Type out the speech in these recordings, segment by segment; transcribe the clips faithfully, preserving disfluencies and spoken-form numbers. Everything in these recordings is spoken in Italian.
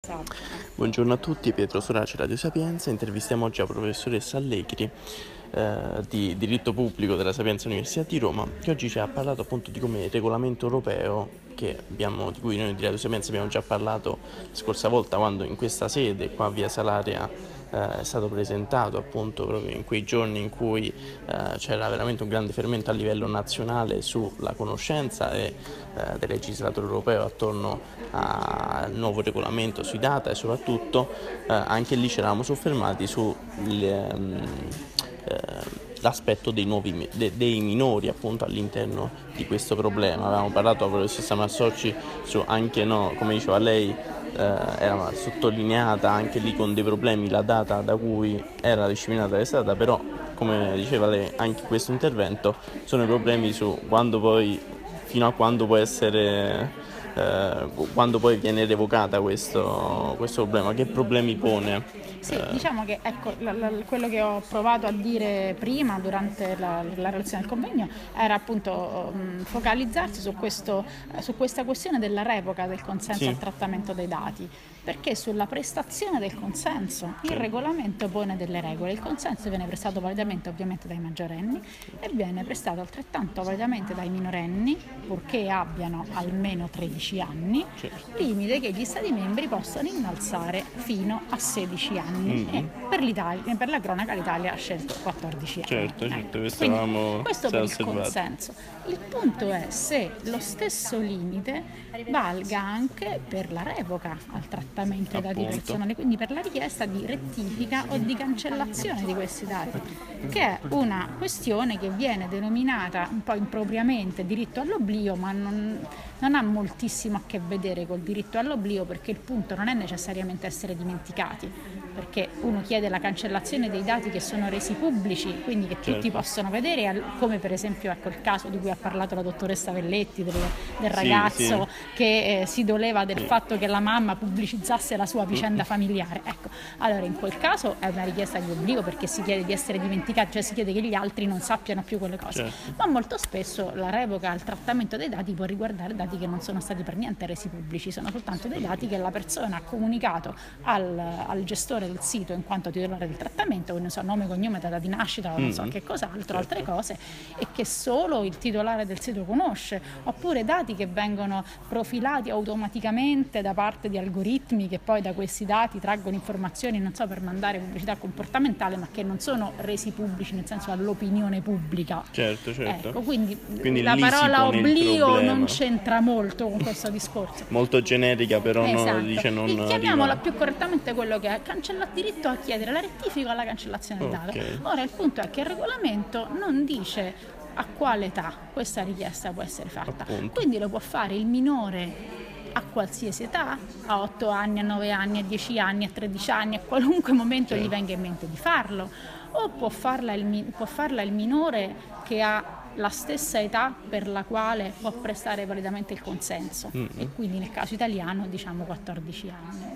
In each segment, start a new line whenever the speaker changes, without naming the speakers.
Esatto.
Buongiorno a tutti, Pietro Soraci, Radio Sapienza. Intervistiamo oggi la professoressa Allegri eh, di diritto pubblico della Sapienza Università di Roma, che oggi ci ha parlato appunto di come il regolamento europeo, che abbiamo, di cui noi di Radio Sapienza abbiamo già parlato la scorsa volta, quando in questa sede, qua a Via Salaria, eh, è stato presentato appunto proprio in quei giorni in cui eh, c'era veramente un grande fermento a livello nazionale sulla conoscenza e, eh, del legislatore europeo attorno al nuovo regolamento sui data, e soprattutto eh, anche lì ci eravamo soffermati su il, eh, l'aspetto dei, nuovi, de, dei minori appunto all'interno di questo problema. Avevamo parlato con la professoressa Massocci su anche no, come diceva lei, eh, era sottolineata anche lì con dei problemi la data da cui era disciplinata questa data, però come diceva lei anche in questo intervento sono i problemi su quando poi, fino a quando può essere Eh, quando poi viene revocata questo, questo problema, che problemi pone?
Sì,
Eh,
diciamo che ecco, la, la, quello che ho provato a dire prima durante la, la relazione del convegno era appunto um, focalizzarsi su, questo, eh, su questa questione della revoca del consenso
sì.
al trattamento dei dati, perché sulla prestazione del consenso il
Sì.
regolamento pone delle regole. Il consenso viene prestato validamente ovviamente dai maggiorenni e viene prestato altrettanto validamente dai minorenni, purché abbiano almeno tredici anni,
Certo.
limite che gli Stati membri possono innalzare fino a sedici anni.
Mm-hmm.
E per l'Italia, per la cronaca, l'Italia ha scelto quattordici anni.
Certo, certo,
ecco.
questo
Quindi,
avevamo
questo per il
osservato.
consenso. Il punto è se lo stesso limite valga anche per la revoca al trattamento dei dati
Appunto.
personali, quindi per la richiesta di rettifica o di cancellazione di questi dati, che è una questione che viene denominata un po' impropriamente diritto all'oblio, ma non, non ha moltissimo a che vedere col diritto all'oblio, perché il punto non è necessariamente essere dimenticati, perché uno chiede la cancellazione dei dati che sono resi pubblici, quindi che tutti
Certo.
possono vedere, come per esempio ecco, il caso di cui ha parlato la dottoressa Velletti, del, del
Sì,
ragazzo
sì.
che eh, si doleva del
Sì.
fatto che la mamma pubblicizzasse la sua vicenda familiare. Ecco, allora in quel caso è una richiesta di obbligo, perché si chiede di essere dimenticati, cioè si chiede che gli altri non sappiano più quelle cose.
Certo.
Ma molto spesso la revoca al trattamento dei dati può riguardare dati che non sono stati per niente resi pubblici, sono soltanto dei dati che la persona ha comunicato al, al gestore del sito in quanto titolare del trattamento, quindi non so, nome, cognome, data di nascita o non so
Mm-hmm.
che cos'altro,
Certo.
altre cose, e che solo il titolare del sito conosce, oppure dati che vengono profilati automaticamente da parte di algoritmi che poi da questi dati traggono informazioni, non so, per mandare pubblicità comportamentale, ma che non sono resi pubblici nel senso all'opinione pubblica.
Certo, certo.
Ecco, quindi,
Quindi
la
lì si
parola
pone il
oblio
problema.
non c'entra molto con questo discorso.
Molto generica, però
Esatto.
no, dice non
E chiamiamola
arriva.
più correttamente quello che è cancella- diritto a chiedere la rettifica o la cancellazione del dato.
Ok.
Ora il punto è che il regolamento non dice a quale età questa richiesta può essere fatta,
Appunto.
quindi lo può fare il minore a qualsiasi età, a otto anni, a nove anni, a dieci anni, a tredici anni, a qualunque momento
Certo.
gli venga in mente di farlo, o può farla il, mi- può farla il minore che ha la stessa età per la quale può prestare validamente il consenso,
Mm-hmm.
e quindi nel caso italiano diciamo quattordici anni.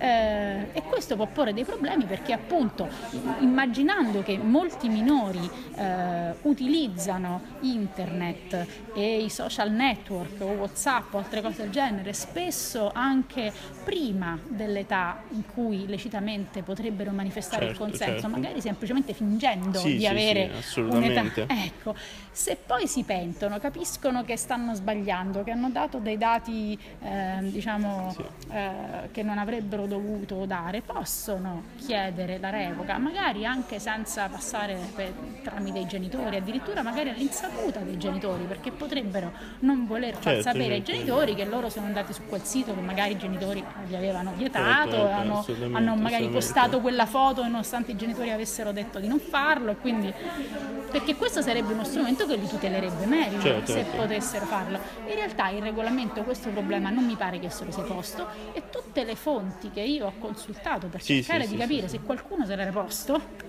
Eh, e questo può porre dei problemi, perché appunto immaginando che molti minori eh, utilizzano internet e i social network o WhatsApp o altre cose del genere spesso anche prima dell'età in cui lecitamente potrebbero manifestare
Certo,
il consenso,
certo.
magari semplicemente fingendo
Sì,
di
sì,
avere
sì,
un'età.
assolutamente.
Ecco, se poi si pentono, capiscono che stanno sbagliando, che hanno dato dei dati eh, diciamo
Sì.
eh, che non avrebbero dovuto dare, possono chiedere la revoca, magari anche senza passare per, tramite i genitori, addirittura magari all'insaputa dei genitori, perché potrebbero non voler far
Certo,
sapere ai
certo.
genitori che loro sono andati su quel sito che magari i genitori gli avevano vietato,
Certo,
hanno,
assolutamente,
hanno magari
assolutamente.
postato quella foto nonostante i genitori avessero detto di non farlo, e quindi perché questo sarebbe uno strumento che li tutelerebbe meglio,
Certo,
se
certo.
potessero farlo. In realtà il regolamento questo problema non mi pare che se lo sia posto, e tutte le fonti che io ho consultato per
Sì,
cercare
sì,
di
sì,
capire
sì,
se qualcuno se l'era posto, eh,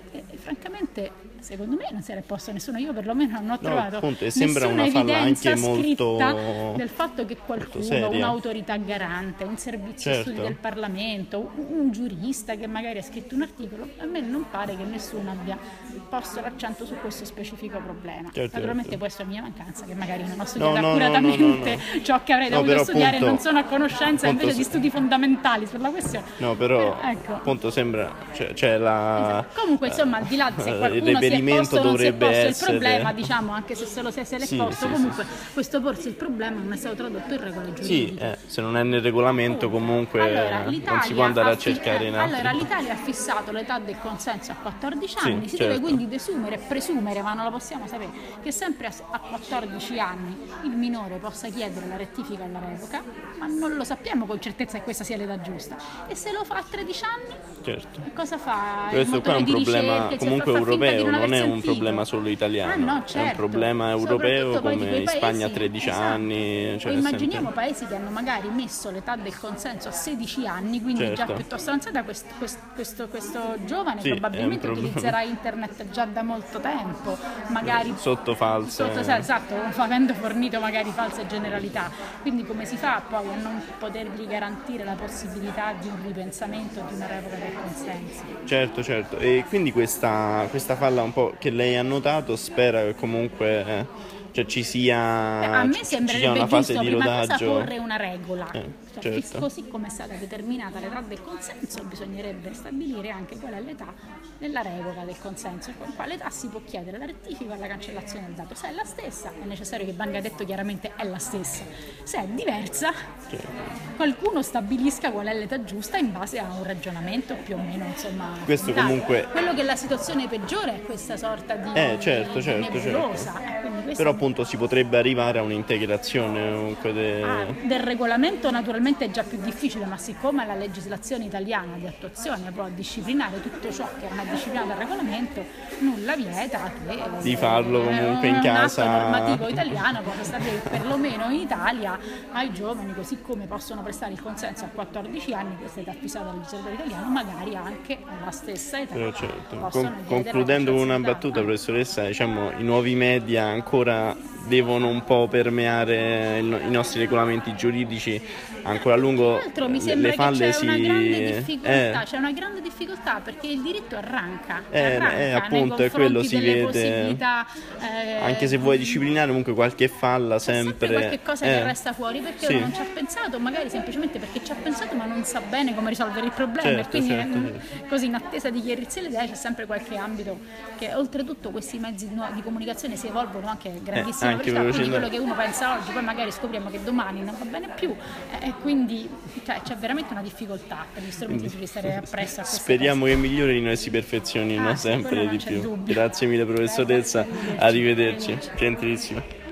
francamente secondo me non si era posto nessuno, io perlomeno non ho trovato
no, appunto, e sembra
nessuna
una falla
evidenza
anche
scritta
molto,
del fatto che qualcuno, un'autorità garante, un servizio
certo.
studi del Parlamento, un, un giurista che magari ha scritto un articolo, a me non pare che nessuno abbia posto l'accento su questo specifico problema.
Certo,
naturalmente
certo.
può essere mia mancanza, che magari non ho studiato
no, no,
accuratamente
no, no, no, no.
ciò che avrei
no,
dovuto studiare,
appunto,
non sono a conoscenza
appunto,
invece di studi fondamentali sulla questione.
No, però,
però ecco.
appunto sembra, cioè, c'è la...
Esatto. Comunque insomma, al di là se qualcuno
il
si è
reperimento
posto o non si è
dovrebbe
posto
essere...
il problema, diciamo, anche se solo se se l'è
sì,
posto,
sì,
comunque
sì, sì.
questo porsi il problema non è stato tradotto in regole giuridiche.
Sì, eh, se non è nel regolamento comunque
allora,
non si può andare a
affi-
cercare in
eh,
altri.
Allora l'Italia ha fissato l'età del consenso a quattordici anni,
Sì,
si
certo.
deve quindi desumere, presumere, ma non lo possiamo sapere, che sempre a, a quattordici anni il minore possa chiedere la rettifica o la revoca, ma non lo sappiamo con certezza che questa sia l'età giusta. E se lo fa a tredici anni,
certo.
cosa fa?
Questo qua è un problema
ricerche,
comunque
cioè, fa finta di
europeo, non è un
sentito.
problema solo italiano,
Ah, no,
è
certo.
un problema europeo
Soprattutto poi di
come
quei
in Spagna a
paesi,
tredici
esatto.
anni. Cioè
O immaginiamo
sempre...
paesi che hanno magari messo l'età del consenso a sedici anni, quindi
certo.
già piuttosto avanzata, questo, questo, questo, questo giovane
sì,
probabilmente
prob...
utilizzerà internet già da molto tempo, magari
sotto false.
Sotto, esatto, avendo fornito magari false generalità. Quindi come si fa poi a non potergli garantire la possibilità di un ripensamento, di una revoca del consenso?
Certo, certo. E quindi questa, questa falla un po' che lei ha notato, spera che comunque eh, cioè ci sia,
Beh, a me
ci
sembrerebbe
sia una fase
giusto
di
prima
rodaggio.
cosa porre una regola.
Eh,
cioè,
certo.
Così come è stata determinata l'età del consenso, bisognerebbe stabilire anche qual è l'età della revoca del consenso, con quale età si può chiedere la rettifica o la cancellazione del dato. Se è la stessa, è necessario che venga detto chiaramente è la stessa. Se è diversa,
Certo.
qualcuno stabilisca qual è l'età giusta in base a un ragionamento più o meno, insomma,
Questo
fondato.
comunque...
Quello che è la situazione peggiore è questa sorta di,
Eh, certo, certo,
di nebulosa.
certo.
Eh, quindi questo
Però appunto si potrebbe arrivare a un'integrazione comunque de...
Ah, del regolamento naturalmente è già più difficile, ma siccome la legislazione italiana di attuazione può disciplinare tutto ciò che non è disciplinato dal regolamento, nulla vieta che
di farlo comunque
eh,
in casa.
Un atto normativo italiano possa stabilire che perlomeno in Italia ai giovani, così come possono prestare il consenso a quattordici anni, questa età fissata dal legislatore italiano, magari anche alla stessa età.
Però certo.
possono
Con-
chiedere
concludendo
la
con una
cancellazione.
battuta, professoressa, diciamo i nuovi media ancora devono un po' permeare il- i nostri regolamenti giuridici ancora a lungo.
Tra l'altro mi
le-
sembra
le falle
che c'è
si
una grande difficoltà,
eh,
c'è una grande difficoltà perché il diritto arranca,
Eh,
arranca
eh,
nei
appunto, è quello,
confronti
si
delle
vede.
possibilità, eh,
anche se vuoi disciplinare comunque qualche falla
c'è sempre
sempre
qualche cosa
eh,
che resta fuori perché
sì.
uno non ci ha pensato, magari semplicemente perché ci ha pensato ma non sa bene come risolvere il problema,
Certo,
e quindi
certo,
eh,
certo.
così in attesa di chiarirsi le idee c'è sempre qualche ambito che oltretutto questi mezzi nu- di comunicazione si evolvono anche a grandissima
Eh, anche
velocità, quindi
velocità.
quello che uno pensa oggi poi magari scopriamo che domani non va bene più eh, e quindi cioè, c'è veramente una difficoltà per gli strumenti di stare appresso a queste
Speriamo che migliorino e si perfezionino
Ah, sì, quello
sempre
non
di
c'è
più.
dubbio.
Grazie mille professoressa,
Grazie,
arrivederci, gentilissima.